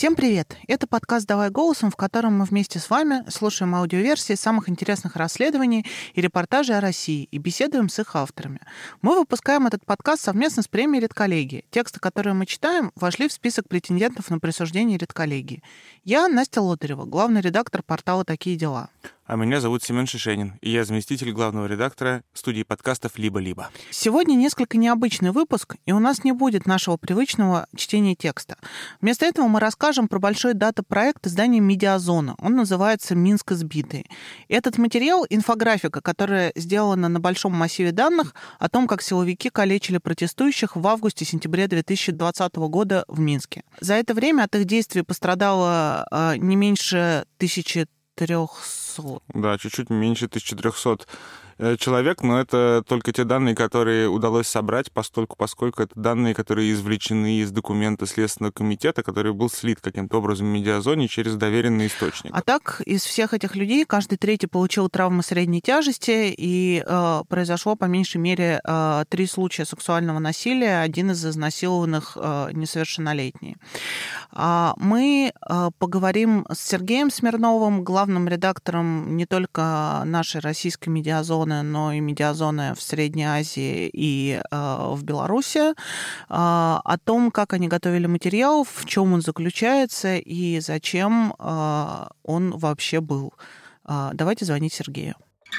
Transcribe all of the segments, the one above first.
Всем привет! Это подкаст «Давай голосом», в котором мы вместе с вами слушаем аудиоверсии самых интересных расследований и репортажей о России и беседуем с их авторами. Мы выпускаем этот подкаст совместно с премией «Редколлегии». Тексты, которые мы читаем, вошли в список претендентов на присуждение «Редколлегии». Я Настя Лотарева, главный редактор портала «Такие дела». А меня зовут Семен Шишенин, и я заместитель главного редактора студии подкастов «Либо-либо». Сегодня несколько необычный выпуск, и у нас не будет нашего привычного чтения текста. Вместо этого мы расскажем про большой дата-проект издания «Медиазона». Он называется «Минск избитый». Этот материал — инфографика, которая сделана на большом массиве данных о том, как силовики калечили протестующих в августе-сентябре 2020 года в Минске. За это время от их действий пострадало не меньше 1300. Да, чуть-чуть меньше 1300 человек, но это только те данные, которые удалось собрать, поскольку это данные, которые извлечены из документа Следственного комитета, который был слит каким-то образом в Медиазоне через доверенный источник. А так, из всех этих людей каждый третий получил травмы средней тяжести, и произошло по меньшей мере 3 случая сексуального насилия, один из изнасилованных несовершеннолетний. Мы поговорим с Сергеем Смирновым, главным редактором не только нашей российской медиазоны, но и медиазоны в Средней Азии и в Беларуси, о том, как они готовили материал, в чем он заключается и зачем он вообще был. Давайте звонить Сергею.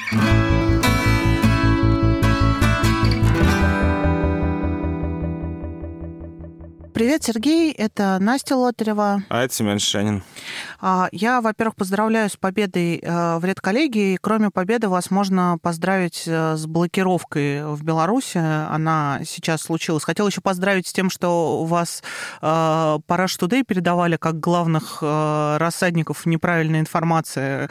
Привет, Сергей, это Настя Лотарева. А это Семен Шишенин. Я, во-первых, поздравляю с победой в редколлегии. Кроме победы, вас можно поздравить с блокировкой в Беларуси. Она сейчас случилась. Хотела еще поздравить с тем, что у вас по Rush Today передавали как главных рассадников неправильной информации.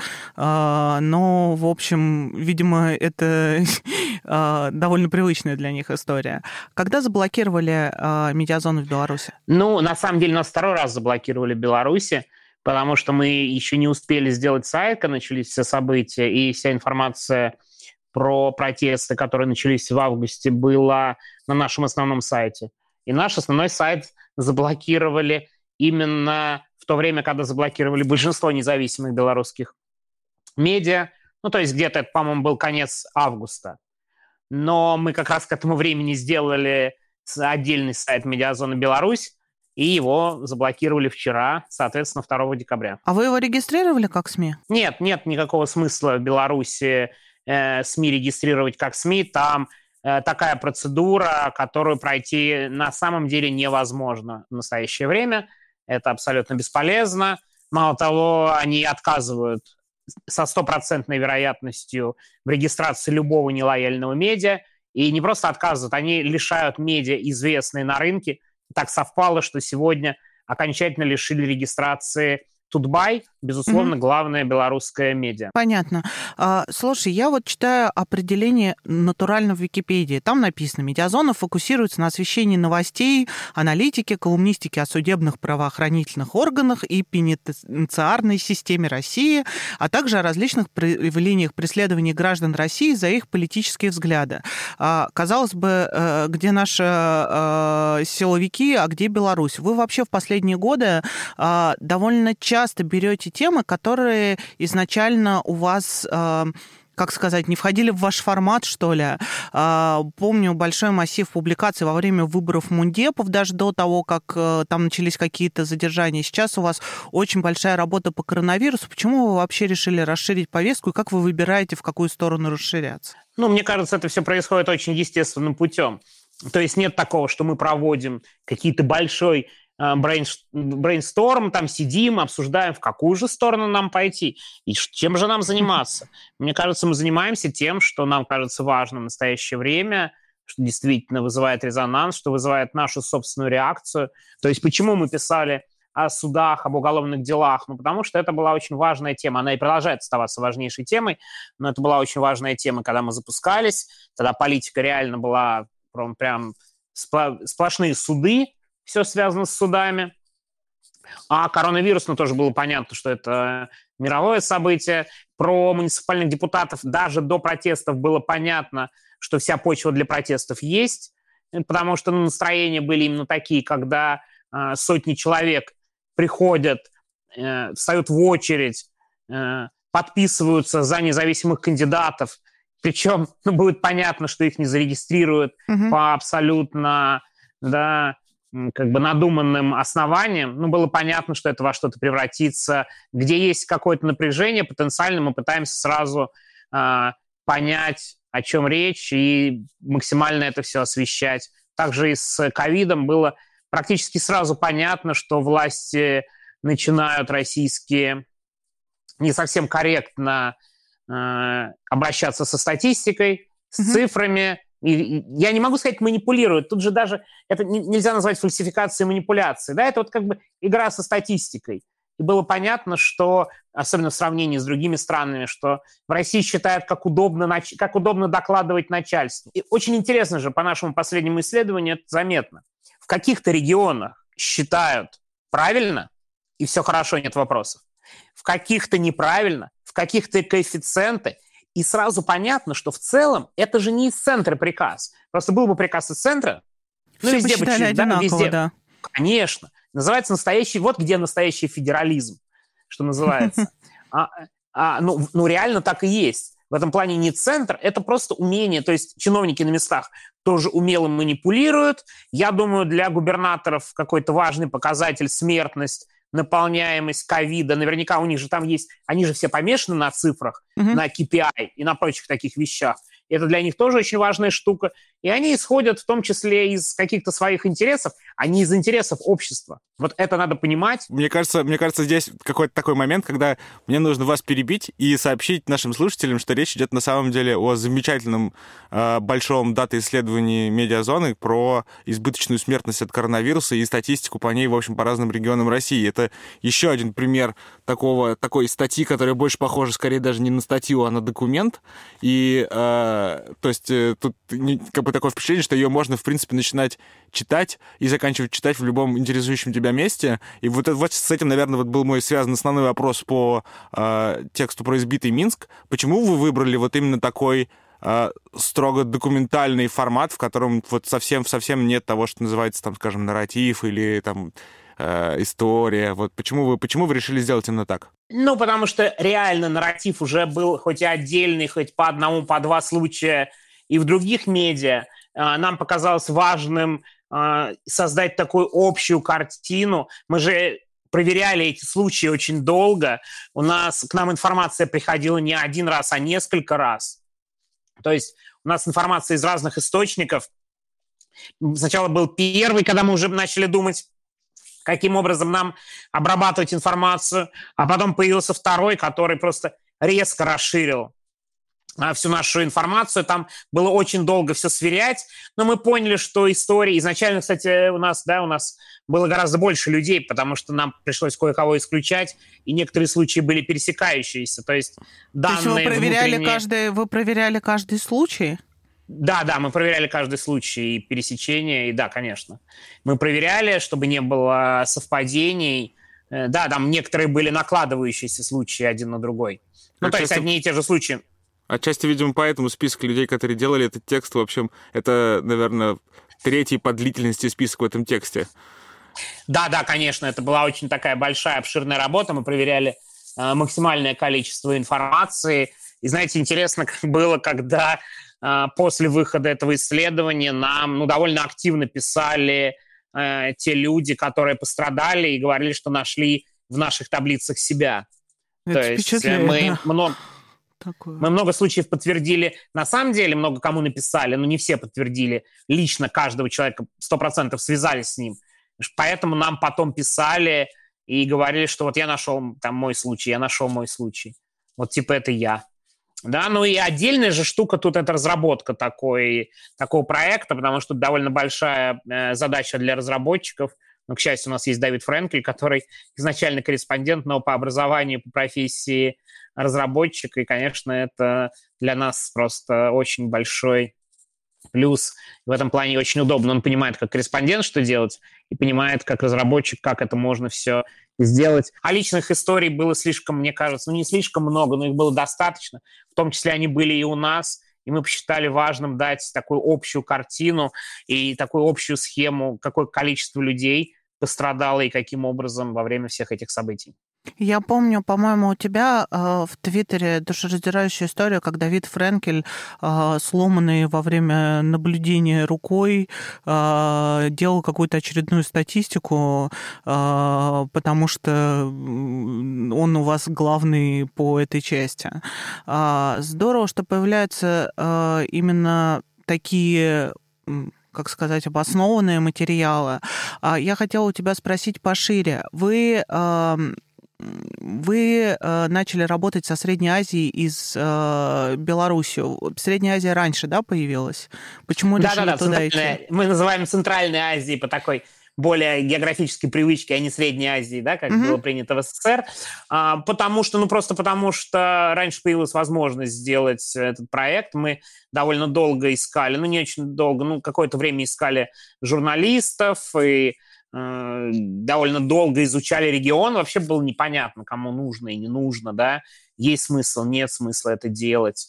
Но, в общем, видимо, это довольно привычная для них история. Когда заблокировали Медиазону в Беларуси? Ну, на самом деле, нас 2-й раз заблокировали в Беларуси, потому что мы еще не успели сделать сайт, когда начались все события, и вся информация про протесты, которые начались в августе, была на нашем основном сайте. И наш основной сайт заблокировали именно в то время, когда заблокировали большинство независимых белорусских медиа. Ну, то есть где-то, по-моему, был конец августа. Но мы как раз к этому времени сделали отдельный сайт «Медиазона Беларусь», и его заблокировали вчера, соответственно, 2 декабря. А вы его регистрировали как СМИ? Нет никакого смысла в Беларуси СМИ регистрировать как СМИ. Там такая процедура, которую пройти на самом деле невозможно в настоящее время. Это абсолютно бесполезно. Мало того, они отказывают со 100% вероятностью в регистрации любого нелояльного медиа. И не просто отказывают, они лишают медиа, известные на рынке. Так совпало, что сегодня окончательно лишили регистрации Тутбай, безусловно, главное белорусское медиа. Понятно. Слушай, я вот читаю определение натурально в Википедии. Там написано: Медиазона фокусируется на освещении новостей, аналитике, колумнистике о судебных правоохранительных органах и пенитенциарной системе России, а также о различных проявлениях преследований граждан России за их политические взгляды. Казалось бы, где наши силовики, а где Беларусь? Вы вообще в последние годы довольно часто берете темы, которые изначально у вас, как сказать, не входили в ваш формат, что ли. Помню большой массив публикаций во время выборов мундепов, даже до того, как там начались какие-то задержания. Сейчас у вас очень большая работа по коронавирусу. Почему вы вообще решили расширить повестку, и как вы выбираете, в какую сторону расширяться? Ну, мне кажется, это все происходит очень естественным путем. То есть нет такого, что мы проводим какие-то большой брейнсторм, там сидим, обсуждаем, в какую же сторону нам пойти и чем же нам заниматься. Мне кажется, мы занимаемся тем, что нам кажется важно в настоящее время, что действительно вызывает резонанс, что вызывает нашу собственную реакцию. То есть почему мы писали о судах, об уголовных делах? Ну, потому что это была очень важная тема. Она и продолжает оставаться важнейшей темой, но это была очень важная тема, когда мы запускались. Тогда политика реально была прям сплошные суды, все связано с судами. А коронавирус, тоже было понятно, что это мировое событие. Про муниципальных депутатов даже до протестов было понятно, что вся почва для протестов есть, потому что настроения были именно такие, когда сотни человек приходят, встают в очередь, подписываются за независимых кандидатов, причем будет понятно, что их не зарегистрируют по абсолютно надуманным основаниям. Было понятно, что это во что-то превратится. Где есть какое-то напряжение потенциально, мы пытаемся сразу понять, о чем речь, и максимально это все освещать. Также и с ковидом было практически сразу понятно, что власти начинают российские не совсем корректно обращаться со статистикой, с цифрами. И я не могу сказать манипулируют. Тут же даже это нельзя назвать фальсификацией, манипуляцией. Да? Это вот как бы игра со статистикой. И было понятно, что, особенно в сравнении с другими странами, что в России считают, как удобно докладывать начальству. И очень интересно же, по нашему последнему исследованию, это заметно. В каких-то регионах считают правильно, и все хорошо, нет вопросов. В каких-то неправильно, в каких-то коэффициенты. И сразу понятно, что в целом это же не из центра приказ. Просто был бы приказ из центра, все везде бы чуть, везде. Да. Конечно. Называется вот где настоящий федерализм, что называется. Реально так и есть. В этом плане не центр, это просто умение. То есть чиновники на местах тоже умело манипулируют. Я думаю, для губернаторов какой-то важный показатель — смертность, наполняемость ковида. Наверняка у них же там есть... Они же все помешаны на цифрах, на KPI и на прочих таких вещах. Это для них тоже очень важная штука. И они исходят в том числе из каких-то своих интересов, а не из интересов общества. Вот это надо понимать. Мне кажется, здесь какой-то такой момент, когда мне нужно вас перебить и сообщить нашим слушателям, что речь идет на самом деле о замечательном большом дата-исследовании Медиазоны про избыточную смертность от коронавируса и статистику по ней, в общем, по разным регионам России. Это еще один пример такой статьи, которая больше похожа скорее даже не на статью, а на документ. И то есть тут как бы такое впечатление, что ее можно, в принципе, начинать читать и заканчивать читать в любом интересующем тебя месте. И вот с этим, наверное, был мой связанный основной вопрос по тексту про избитый Минск. Почему вы выбрали вот именно такой строго документальный формат, в котором вот совсем нет того, что называется, там, скажем, нарратив или там история? Вот почему вы решили сделать именно так? Потому что реально нарратив уже был хоть и отдельный, хоть по одному, по два случая и в других медиа. Нам показалось важным создать такую общую картину. Мы же проверяли эти случаи очень долго. К нам информация приходила не один раз, а несколько раз. То есть у нас информация из разных источников. Сначала был первый, когда мы уже начали думать, каким образом нам обрабатывать информацию, а потом появился второй, который просто резко расширил всю нашу информацию. Там было очень долго все сверять, но мы поняли, что истории... Изначально, кстати, у нас было гораздо больше людей, потому что нам пришлось кое-кого исключать, и некоторые случаи были пересекающиеся. То есть данные вы проверяли каждый случай? Да, мы проверяли каждый случай пересечения, и да, конечно. Мы проверяли, чтобы не было совпадений. Да, там некоторые были накладывающиеся случаи один на другой. То есть одни и те же случаи. Отчасти, видимо, поэтому список людей, которые делали этот текст, в общем, это, наверное, третий по длительности список в этом тексте. Да, конечно, это была очень такая большая, обширная работа. Мы проверяли максимальное количество информации. И, знаете, интересно было, когда после выхода этого исследования нам довольно активно писали те люди, которые пострадали, и говорили, что нашли в наших таблицах себя. Это то есть мы много случаев подтвердили. На самом деле много кому написали, но не все подтвердили. Лично каждого человека 100% связались с ним. Поэтому нам потом писали и говорили, что вот я нашел там мой случай. Вот типа это я. Да, и отдельная же штука тут — это разработка такого проекта, потому что довольно большая задача для разработчиков. К счастью, у нас есть Давид Френкель, который изначально корреспондент, но по образованию, по профессии разработчик. И, конечно, это для нас просто очень большой плюс. В этом плане очень удобно. Он понимает, как корреспондент, что делать, и понимает, как разработчик, как это можно все сделать. А личных историй было слишком, мне кажется, не слишком много, но их было достаточно. В том числе они были и у нас, и мы посчитали важным дать такую общую картину и такую общую схему, какое количество людей пострадало и каким образом во время всех этих событий. Я помню, по-моему, у тебя в Твиттере душераздирающая история, как Давид Френкель, сломанный во время наблюдения рукой, делал какую-то очередную статистику, потому что он у вас главный по этой части. Здорово, что появляются именно такие, как сказать, обоснованные материалы. Я хотела у тебя спросить пошире. Вы начали работать со Средней Азией из Беларуси. Средняя Азия раньше, да, появилась? Почему решили туда идти? Мы называем Центральной Азией по такой более географической привычке, а не Средней Азии, да, как было принято в СССР. Потому что раньше появилась возможность сделать этот проект. Мы довольно долго искали, не очень долго, какое-то время искали журналистов и довольно долго изучали регион. Вообще было непонятно, кому нужно и не нужно, да, есть смысл, нет смысла это делать.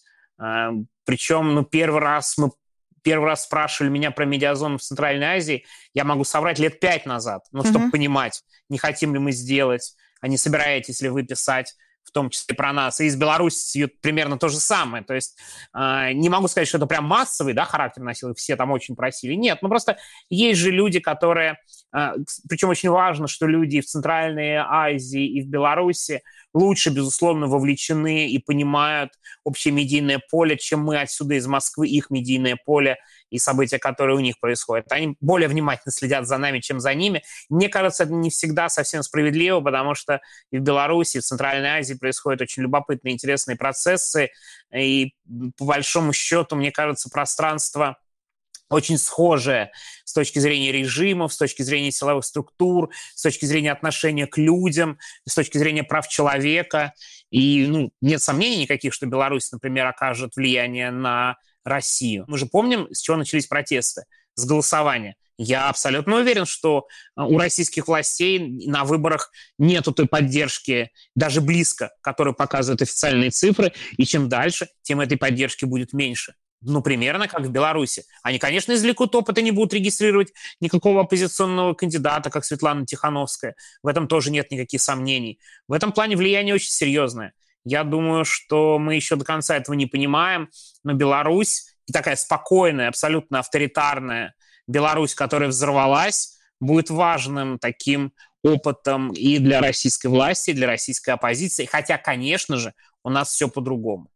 Причем, первый раз спрашивали меня про медиазону в Центральной Азии, я могу соврать, лет 5 назад, чтобы понимать, не хотим ли мы сделать, а не собираетесь ли вы писать, в том числе про нас. И из Беларуси примерно то же самое. То есть не могу сказать, что это прям массовый, да, характер носил, и все там очень просили. Нет, просто есть же люди, которые... Причем очень важно, что люди и в Центральной Азии, и в Беларуси лучше, безусловно, вовлечены и понимают общее медийное поле, чем мы отсюда из Москвы, их медийное поле и события, которые у них происходят. Они более внимательно следят за нами, чем за ними. Мне кажется, это не всегда совсем справедливо, потому что и в Беларуси, и в Центральной Азии происходят очень любопытные, интересные процессы. И по большому счету, мне кажется, пространство очень схожее с точки зрения режимов, с точки зрения силовых структур, с точки зрения отношения к людям, с точки зрения прав человека. И нет сомнений никаких, что Беларусь, например, окажет влияние на Россию. Мы же помним, с чего начались протесты? С голосования. Я абсолютно уверен, что у российских властей на выборах нету той поддержки, даже близко, которую показывают официальные цифры, и чем дальше, тем этой поддержки будет меньше. Примерно как в Беларуси. Они, конечно, извлекут опыт и не будут регистрировать никакого оппозиционного кандидата, как Светлана Тихановская. В этом тоже нет никаких сомнений. В этом плане влияние очень серьезное. Я думаю, что мы еще до конца этого не понимаем, но Беларусь, и такая спокойная, абсолютно авторитарная Беларусь, которая взорвалась, будет важным таким опытом и для российской власти, и для российской оппозиции. Хотя, конечно же, у нас все по-другому.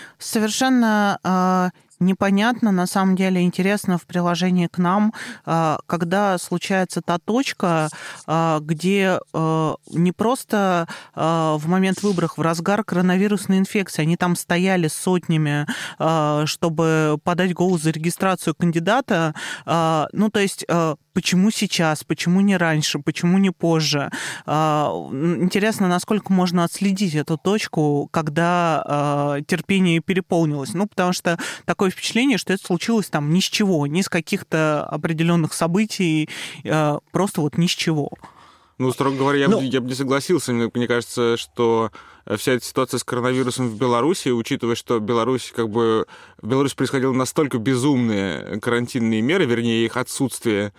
Совершенно непонятно, на самом деле интересно в приложении к нам, когда случается та точка, где не просто в момент выборов, в разгар коронавирусной инфекции, они там стояли сотнями, чтобы подать голос за регистрацию кандидата. То есть почему сейчас, почему не раньше, почему не позже? Интересно, насколько можно отследить эту точку, когда терпение переполнилось. Потому что такое впечатление, что это случилось там ни с чего, ни с каких-то определенных событий, просто ни с чего. Строго говоря, я бы не согласился. Мне кажется, что вся эта ситуация с коронавирусом в Беларуси, учитывая, что в Беларуси происходило настолько безумные карантинные меры, вернее, их отсутствие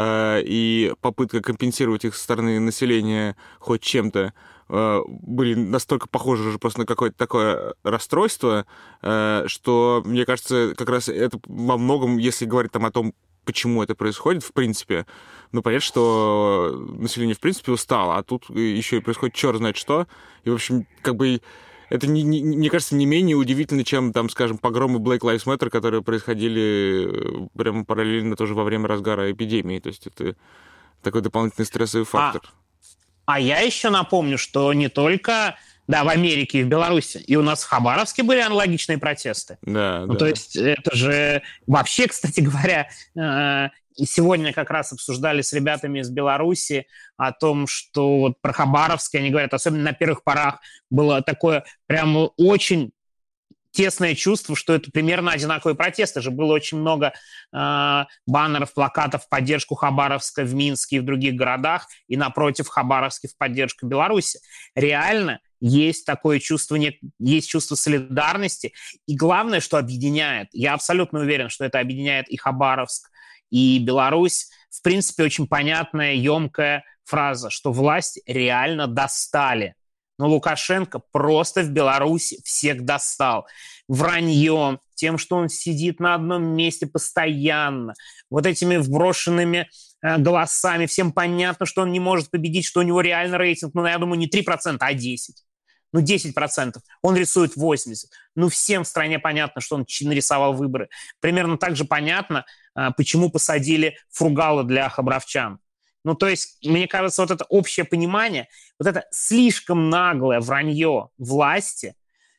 и попытка компенсировать их со стороны населения хоть чем-то, были настолько похожи уже просто на какое-то такое расстройство, что, мне кажется, как раз это во многом, если говорить там о том, почему это происходит, в принципе, понятно, что население, в принципе, устало, а тут еще и происходит черт знает что, и, в общем, это, мне кажется, не менее удивительно, чем, там, скажем, погромы Black Lives Matter, которые происходили прямо параллельно тоже во время разгара эпидемии, то есть это такой дополнительный стрессовый фактор. А я еще напомню, что не только в Америке и в Беларуси, и у нас в Хабаровске были аналогичные протесты. Да. То есть это же вообще, кстати говоря, сегодня как раз обсуждали с ребятами из Беларуси о том, что про Хабаровск, они говорят, особенно на первых порах было такое прямо очень тесное чувство, что это примерно одинаковые протесты. Же было очень много баннеров, плакатов в поддержку Хабаровска в Минске и в других городах, и напротив Хабаровска в поддержку Беларуси. Реально есть такое чувство, есть чувство солидарности. И главное, что объединяет, я абсолютно уверен, что это объединяет и Хабаровск, и Беларусь, в принципе, очень понятная, емкая фраза, что власть реально достали. Но Лукашенко просто в Беларуси всех достал. Враньем, тем, что он сидит на одном месте постоянно, вот этими вброшенными голосами. Всем понятно, что он не может победить, что у него реально рейтинг, ну, я думаю, не 3%, а 10%. Ну, 10%. Он рисует 80%. Ну, всем в стране понятно, что он нарисовал выборы. Примерно так же понятно, почему посадили Фургала для хабаровчан. Ну, то есть, мне кажется, вот это общее понимание, вот это слишком наглое вранье власти,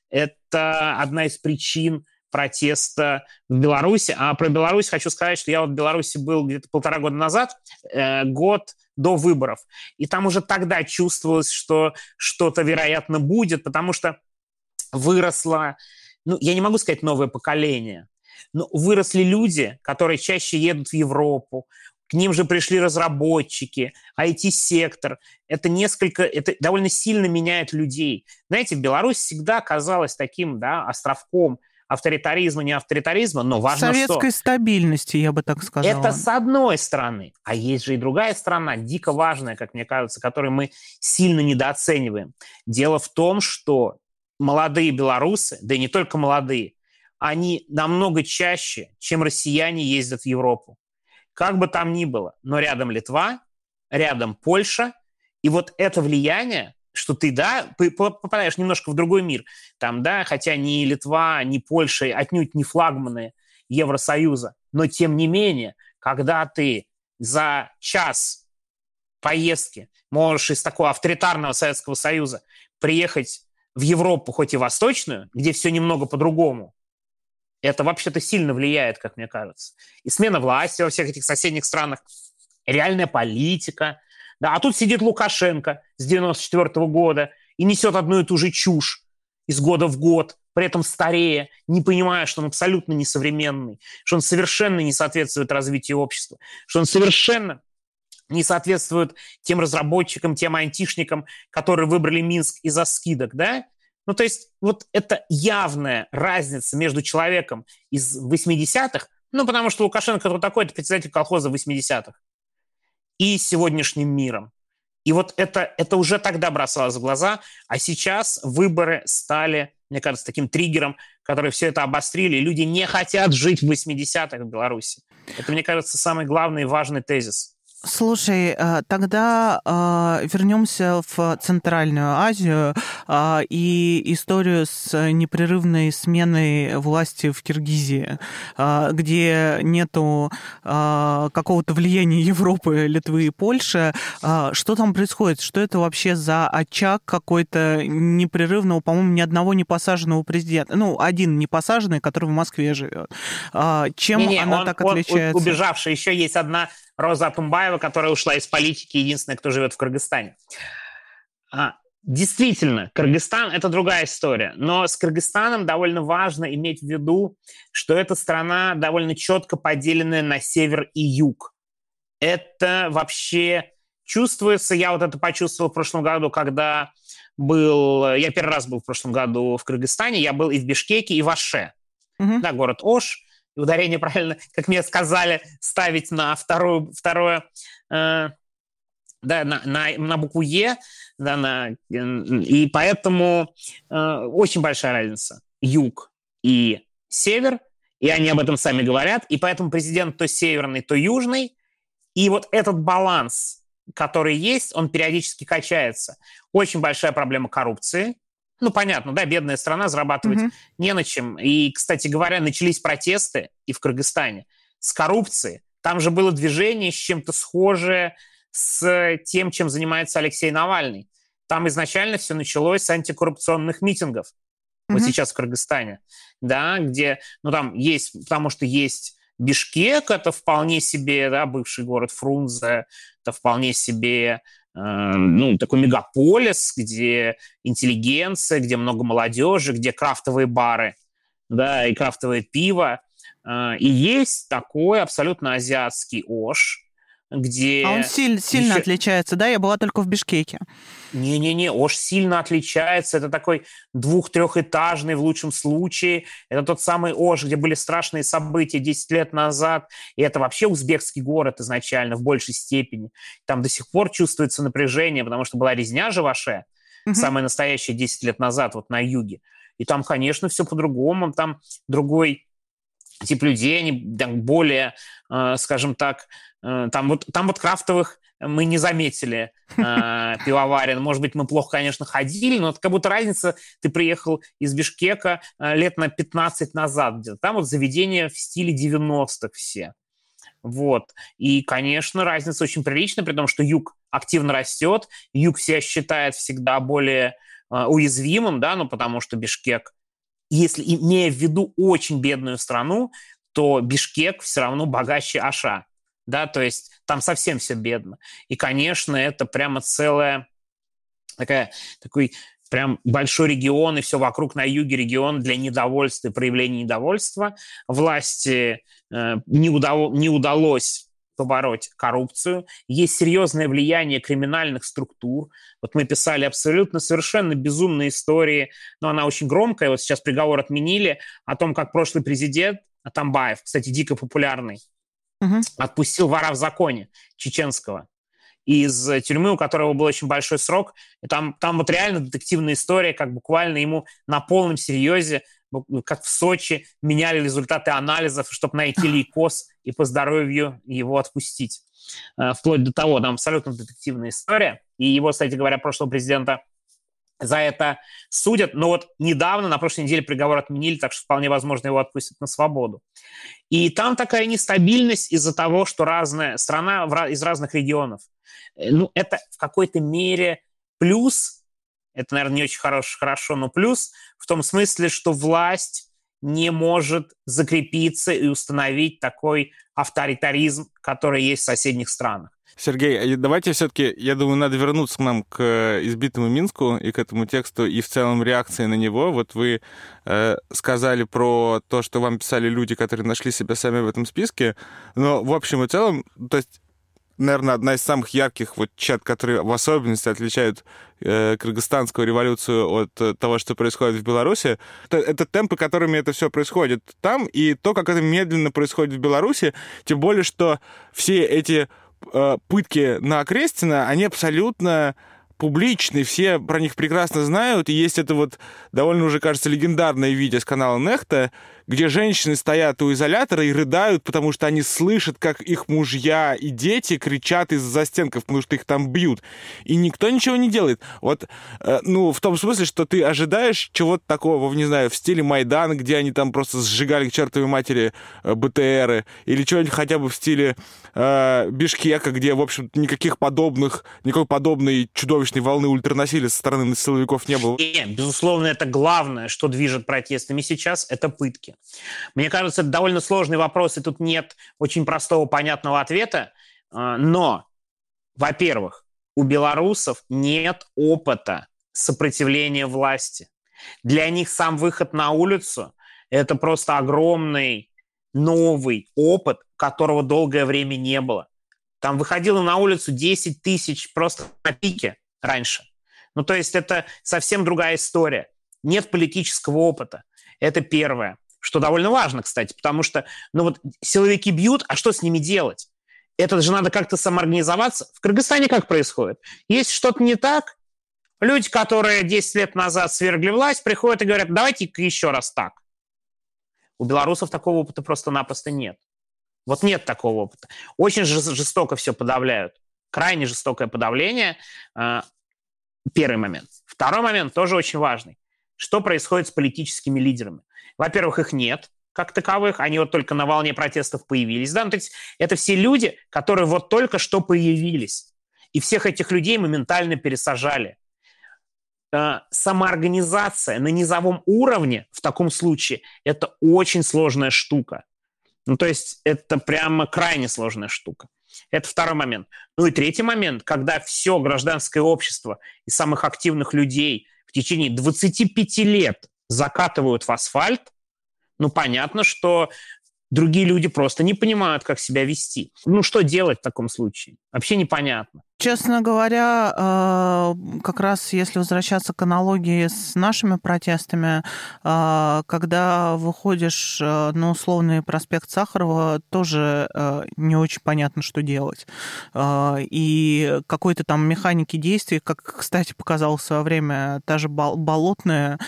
это одна из причин протеста в Беларуси. А про Беларусь хочу сказать, что я вот в Беларуси был где-то 1,5 года назад, год до выборов. И там уже тогда чувствовалось, что что-то, вероятно, будет, потому что выросло, ну, я не могу сказать новое поколение, но выросли люди, которые чаще едут в Европу, к ним же пришли разработчики, IT-сектор. Это довольно сильно меняет людей. Знаете, Беларусь всегда казалась таким, да, островком авторитаризма, не авторитаризма, но важно советской что. Стабильности, я бы так сказала. Это с одной стороны. А есть же и другая сторона, дико важная, как мне кажется, которую мы сильно недооцениваем. Дело в том, что молодые белорусы, да и не только молодые, они намного чаще, чем россияне, ездят в Европу. Как бы там ни было, но рядом Литва, рядом Польша, и вот это влияние, что ты, да, попадаешь немножко в другой мир, там, да, хотя ни Литва, ни Польша отнюдь не флагманы Евросоюза, но тем не менее, когда ты за час поездки можешь из такого авторитарного Советского Союза приехать в Европу, хоть и восточную, где все немного по-другому, это вообще-то сильно влияет, как мне кажется. И смена власти во всех этих соседних странах, реальная политика. Да, а тут сидит Лукашенко с 1994 года и несет одну и ту же чушь из года в год, при этом старея, не понимая, что он абсолютно несовременный, что он совершенно не соответствует развитию общества, что он совершенно не соответствует тем разработчикам, тем айтишникам, которые выбрали Минск из-за скидок, да? Ну, то есть вот это явная разница между человеком из 80-х, ну, потому что Лукашенко вот такой-то председатель колхоза 80-х, и сегодняшним миром. И вот это уже тогда бросалось в глаза, а сейчас выборы стали, мне кажется, таким триггером, который все это обострили, и люди не хотят жить в 80-х в Беларуси. Это, мне кажется, самый главный и важный тезис. Слушай, тогда вернемся в Центральную Азию и историю с непрерывной сменой власти в Киргизии, где нету какого-то влияния Европы, Литвы и Польши. Что там происходит? Что это вообще за очаг какой-то непрерывного, по-моему, ни одного не посаженного президента? Ну, один не посаженный, который в Москве живет. Чем она так отличается? Он убежавший. Еще есть одна Роза Атумбаева, которая ушла из политики, единственная, кто живет в Кыргызстане. Действительно, Кыргызстан – это другая история. Но с Кыргызстаном довольно важно иметь в виду, что эта страна довольно четко поделенная на север и юг. Это вообще чувствуется. Я вот это почувствовал в прошлом году, когда я первый раз был в прошлом году в Кыргызстане. Я был и в Бишкеке, и в Аше. Да, город Ош. И ударение правильно, как мне сказали, ставить на второе да, на букву Е, да, и поэтому очень большая разница. Юг и север, и они об этом сами говорят, и поэтому президент то северный, то южный, и вот этот баланс, который есть, он периодически качается. Очень большая проблема коррупции. Ну, понятно, да, бедная страна, зарабатывать не на чем. И, кстати говоря, начались протесты и в Кыргызстане с коррупцией. Там же было движение с чем-то схожее с тем, чем занимается Алексей Навальный. Там изначально все началось с антикоррупционных митингов. Вот сейчас в Кыргызстане. Да, где, ну, там есть, потому что есть Бишкек, это вполне себе, да, бывший город Фрунзе, это вполне себе... ну, такой мегаполис, где интеллигенция, где много молодежи, где крафтовые бары, да, и крафтовое пиво. И есть такой абсолютно азиатский Ош, где... А он сильно отличается, да? Я была только в Бишкеке. Не-не-не, Ош сильно отличается. Это такой 2-3-этажный в лучшем случае. Это тот самый Ош, где были страшные события 10 лет назад. И это вообще узбекский город изначально в большей степени. Там до сих пор чувствуется напряжение, потому что была резня же в Оше, самая настоящая 10 лет назад, вот на юге. И там, конечно, все по-другому. Там другой тип людей, они более, скажем так, там вот крафтовых мы не заметили пивоварен. Может быть, мы плохо, конечно, ходили, но как будто разница, ты приехал из Бишкека лет на 15 назад где-то. Там вот заведения в стиле 90-х все. Вот. И, конечно, разница очень приличная, при том, что юг активно растет, юг себя считает всегда более уязвимым, да, ну, потому что Бишкек, если имея в виду очень бедную страну, то Бишкек все равно богаче Аша. Да, то есть там совсем все бедно. И, конечно, это прямо такой прям большой регион, и все вокруг на юге регион для недовольства и проявления недовольства. Власти не удалось побороть коррупцию. Есть серьезное влияние криминальных структур. Вот мы писали абсолютно совершенно безумные истории, но она очень громкая. Вот сейчас приговор отменили о том, как прошлый президент Атамбаев, кстати, дико популярный, отпустил вора в законе чеченского из тюрьмы, у которого был очень большой срок. И там вот реально детективная история, как буквально ему на полном серьезе, как в Сочи, меняли результаты анализов, чтобы найти лейкоз и по здоровью его отпустить. Вплоть до того, там абсолютно детективная история. И его, кстати говоря, прошлого президента за это судят. Но вот недавно, на прошлой неделе, приговор отменили, так что вполне возможно его отпустят на свободу. И там такая нестабильность из-за того, что разная страна из разных регионов. Ну, это в какой-то мере плюс, это, наверное, не очень хорошо, но плюс в том смысле, что власть не может закрепиться и установить такой авторитаризм, который есть в соседних странах. Сергей, давайте все-таки, я думаю, надо вернуться к нам к избитому Минску и к этому тексту, и в целом реакции на него. Вот вы сказали про то, что вам писали люди, которые нашли себя сами в этом списке, но в общем и целом, то есть, наверное, одна из самых ярких вот черт, которые в особенности отличают кыргызстанскую революцию от того, что происходит в Беларуси, это темпы, которыми это все происходит там, и то, как это медленно происходит в Беларуси, тем более, что все эти пытки на Крестина, они абсолютно публичны, все про них прекрасно знают, и есть это вот довольно уже, кажется, легендарное видео с канала Нехта, где женщины стоят у изолятора и рыдают, потому что они слышат, как их мужья и дети кричат из застенков, потому что их там бьют. И никто ничего не делает. Вот, ну, в том смысле, что ты ожидаешь чего-то такого, не знаю, в стиле Майдана, где они там просто сжигали к чертовой матери БТРы, или что-нибудь хотя бы в стиле Бишкека, где, в общем-то, никакой подобной чудовищной волны ультранасилия со стороны силовиков не было. Нет, безусловно, это главное, что движет протестами сейчас, это пытки. Мне кажется, это довольно сложный вопрос, и тут нет очень простого, понятного ответа. Но, во-первых, у белорусов нет опыта сопротивления власти. Для них сам выход на улицу – это просто огромный новый опыт, которого долгое время не было. Там выходило на улицу 10 тысяч просто на пике раньше. Ну, то есть это совсем другая история. Нет политического опыта. Это первое. Что довольно важно, кстати, потому что, ну вот, силовики бьют, а что с ними делать? Это же надо как-то самоорганизоваться. В Кыргызстане как происходит? Если что-то не так, люди, которые 10 лет назад свергли власть, приходят и говорят, давайте-ка еще раз так. У белорусов такого опыта просто-напросто нет. Вот нет такого опыта. Очень жестоко все подавляют. Крайне жестокое подавление. Первый момент. Второй момент тоже очень важный. Что происходит с политическими лидерами? Во-первых, их нет как таковых, они вот только на волне протестов появились. Да? Ну, то есть это все люди, которые вот только что появились. И всех этих людей моментально пересажали. Самоорганизация на низовом уровне в таком случае – это очень сложная штука. Ну, то есть это прямо крайне сложная штука. Это второй момент. Ну и третий момент, когда все гражданское общество и самых активных людей в течение 25 лет закатывают в асфальт, ну, понятно, что другие люди просто не понимают, как себя вести. Ну, что делать в таком случае? Вообще непонятно. Честно говоря, как раз если возвращаться к аналогии с нашими протестами, когда выходишь на условный проспект Сахарова, тоже не очень понятно, что делать. И какой-то там механики действий, как, кстати, показалось в свое время, та же Болотная,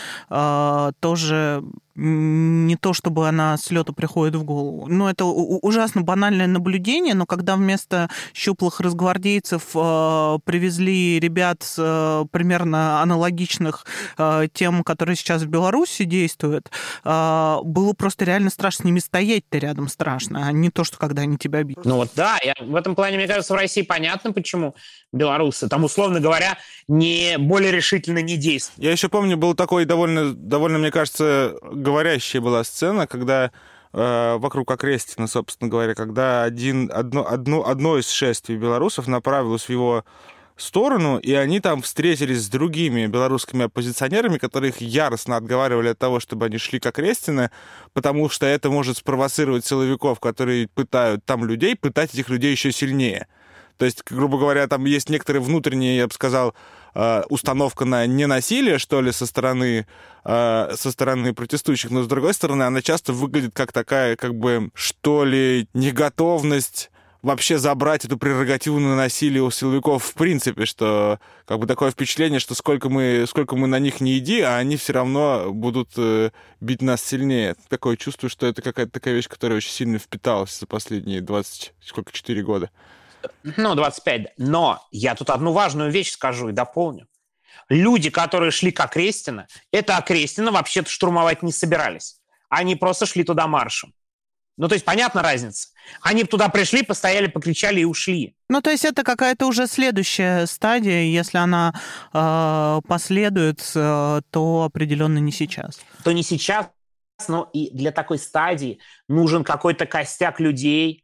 тоже не то, чтобы она с лету приходит в голову. Ну, это ужасно банальное наблюдение, но когда вместо щуплых росгвардейцев привезли ребят примерно аналогичных тем, которые сейчас в Беларуси действуют, было просто реально страшно. С ними стоять-то рядом страшно, а не то, что когда они тебя бьют. Ну вот да, в этом плане, мне кажется, в России понятно, почему белорусы там, условно говоря, не более решительно не действуют. Я еще помню, был такой довольно, мне кажется, говорящая была сцена, когда вокруг Окрестина, собственно говоря, когда одно из шествий белорусов направилось в его сторону, и они там встретились с другими белорусскими оппозиционерами, которые их яростно отговаривали от того, чтобы они шли к Окрестина, потому что это может спровоцировать силовиков, которые пытают там людей, пытать этих людей еще сильнее. То есть, грубо говоря, там есть некоторые внутренние, я бы сказал, установка на ненасилие, что ли, со стороны протестующих, но, с другой стороны, она часто выглядит как такая, как бы, что ли, неготовность вообще забрать эту прерогативу на насилие у силовиков в принципе, что как бы такое впечатление, что сколько мы на них не иди, а они все равно будут бить нас сильнее. Такое чувство, что это какая-то такая вещь, которая очень сильно впиталась за последние 4 года. Ну, 25. Но я тут одну важную вещь скажу и дополню. Люди, которые шли к Окрестина, это Окрестина вообще-то штурмовать не собирались. Они просто шли туда маршем. Ну, то есть, понятна разница? Они туда пришли, постояли, покричали и ушли. Ну, то есть это какая-то уже следующая стадия. Если она последует, то определенно не сейчас. То не сейчас, но и для такой стадии нужен какой-то костяк людей,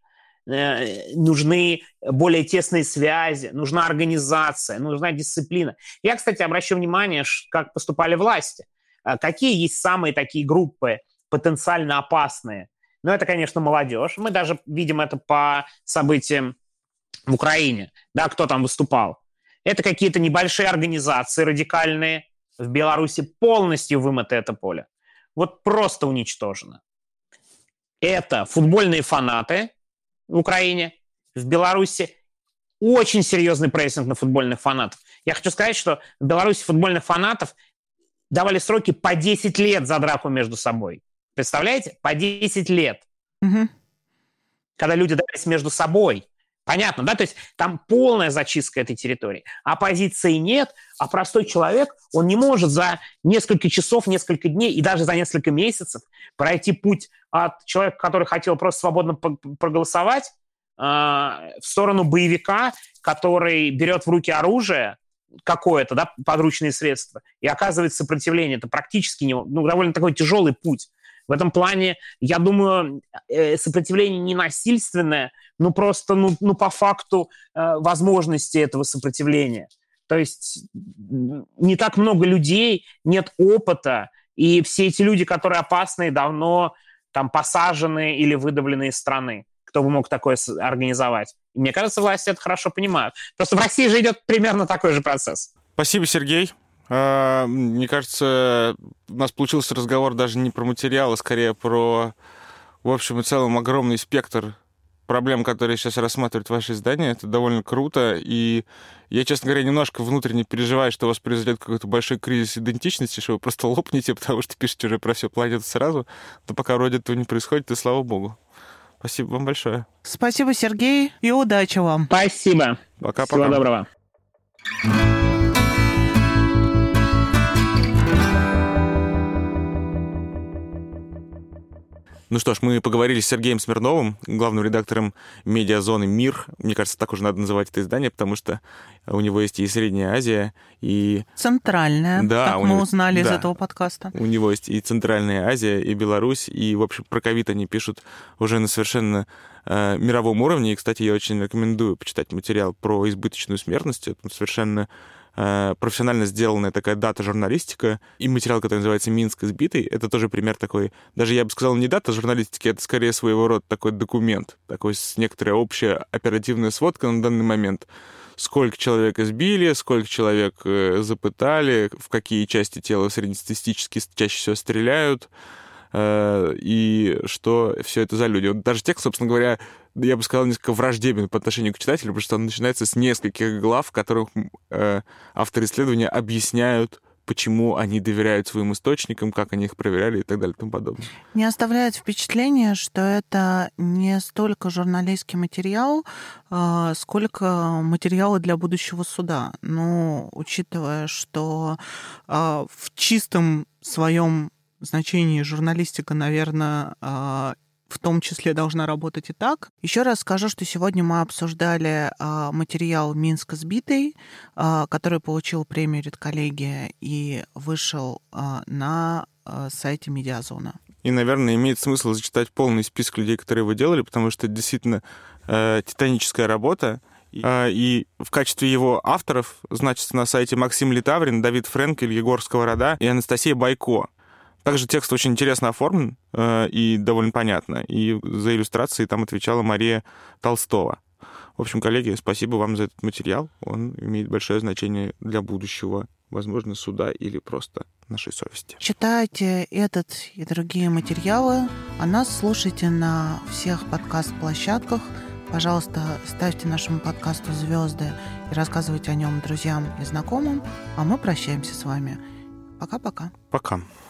нужны более тесные связи, нужна организация, нужна дисциплина. Я, кстати, обращу внимание, как поступали власти. Какие есть самые такие группы потенциально опасные? Ну, это, конечно, молодежь. Мы даже видим это по событиям в Украине. Да, кто там выступал? Это какие-то небольшие организации радикальные. В Беларуси полностью вымыто это поле. Вот просто уничтожено. Это футбольные фанаты в Украине. В Беларуси очень серьезный прессинг на футбольных фанатов. Я хочу сказать, что в Беларуси футбольных фанатов давали сроки по 10 лет за драку между собой. Представляете? По 10 лет. Угу. Когда люди дрались между собой. Понятно, да? То есть там полная зачистка этой территории. Оппозиции нет, а простой человек, он не может за несколько часов, несколько дней и даже за несколько месяцев пройти путь от человека, который хотел просто свободно проголосовать, в сторону боевика, который берет в руки оружие какое-то, да, подручные средства, и оказывает сопротивление. Это практически довольно такой тяжелый путь. В этом плане, я думаю, сопротивление не насильственное, но просто по факту возможности этого сопротивления. То есть не так много людей, нет опыта, и все эти люди, которые опасные, давно там посажены или выдавлены из страны. Кто бы мог такое организовать? И мне кажется, власти это хорошо понимают. Просто в России же идет примерно такой же процесс. Спасибо, Сергей. Мне кажется, у нас получился разговор даже не про материал, а скорее про, в общем и целом, огромный спектр проблем, которые сейчас рассматривает ваше издание. Это довольно круто. И я, честно говоря, немножко внутренне переживаю, что у вас произойдет какой-то большой кризис идентичности, что вы просто лопнете, потому что пишете уже про всю планету сразу. Но пока вроде этого не происходит, и слава богу. Спасибо вам большое. Спасибо, Сергей, и удачи вам. Спасибо. Пока-пока. Всего доброго. Ну что ж, мы поговорили с Сергеем Смирновым, главным редактором медиазоны «Мир». Мне кажется, так уже надо называть это издание, потому что у него есть и Средняя Азия, и... Центральная, да, как мы узнали из этого подкаста. У него есть и Центральная Азия, и Беларусь, и, в общем, про ковид они пишут уже на совершенно мировом уровне. И, кстати, я очень рекомендую почитать материал про избыточную смертность. Это совершенно профессионально сделанная такая дата-журналистика, и материал, который называется «Минск избитый», это тоже пример такой, даже я бы сказал, не дата-журналистики, это скорее своего рода такой документ, такой с некоторая общая оперативная сводка на данный момент. Сколько человек избили, сколько человек запытали, в какие части тела среднестатистически чаще всего стреляют, и что все это за люди. Вот даже текст, собственно говоря, я бы сказал, несколько враждебен по отношению к читателю, потому что он начинается с нескольких глав, в которых авторы исследования объясняют, почему они доверяют своим источникам, как они их проверяли и так далее и тому подобное. Не оставляет впечатление, что это не столько журналистский материал, сколько материалы для будущего суда. Ну, учитывая, что в чистом своем значении журналистика, наверное, в том числе должна работать и так. Еще раз скажу, что сегодня мы обсуждали материал «Минск избитый», который получил премию «Редколлегия» и вышел на сайте «Медиазона». И, наверное, имеет смысл зачитать полный список людей, которые его делали, потому что это действительно титаническая работа. И в качестве его авторов значится на сайте Максим Литаврин, Давид Френкель, Егор Сковорода и Анастасия Байко. Также текст очень интересно оформлен и довольно понятно. И за иллюстрации там отвечала Мария Толстова. В общем, коллеги, спасибо вам за этот материал. Он имеет большое значение для будущего, возможно, суда или просто нашей совести. Читайте этот и другие материалы, а нас слушайте на всех подкаст-площадках. Пожалуйста, ставьте нашему подкасту звезды и рассказывайте о нем друзьям и знакомым. А мы прощаемся с вами. Пока-пока. Пока.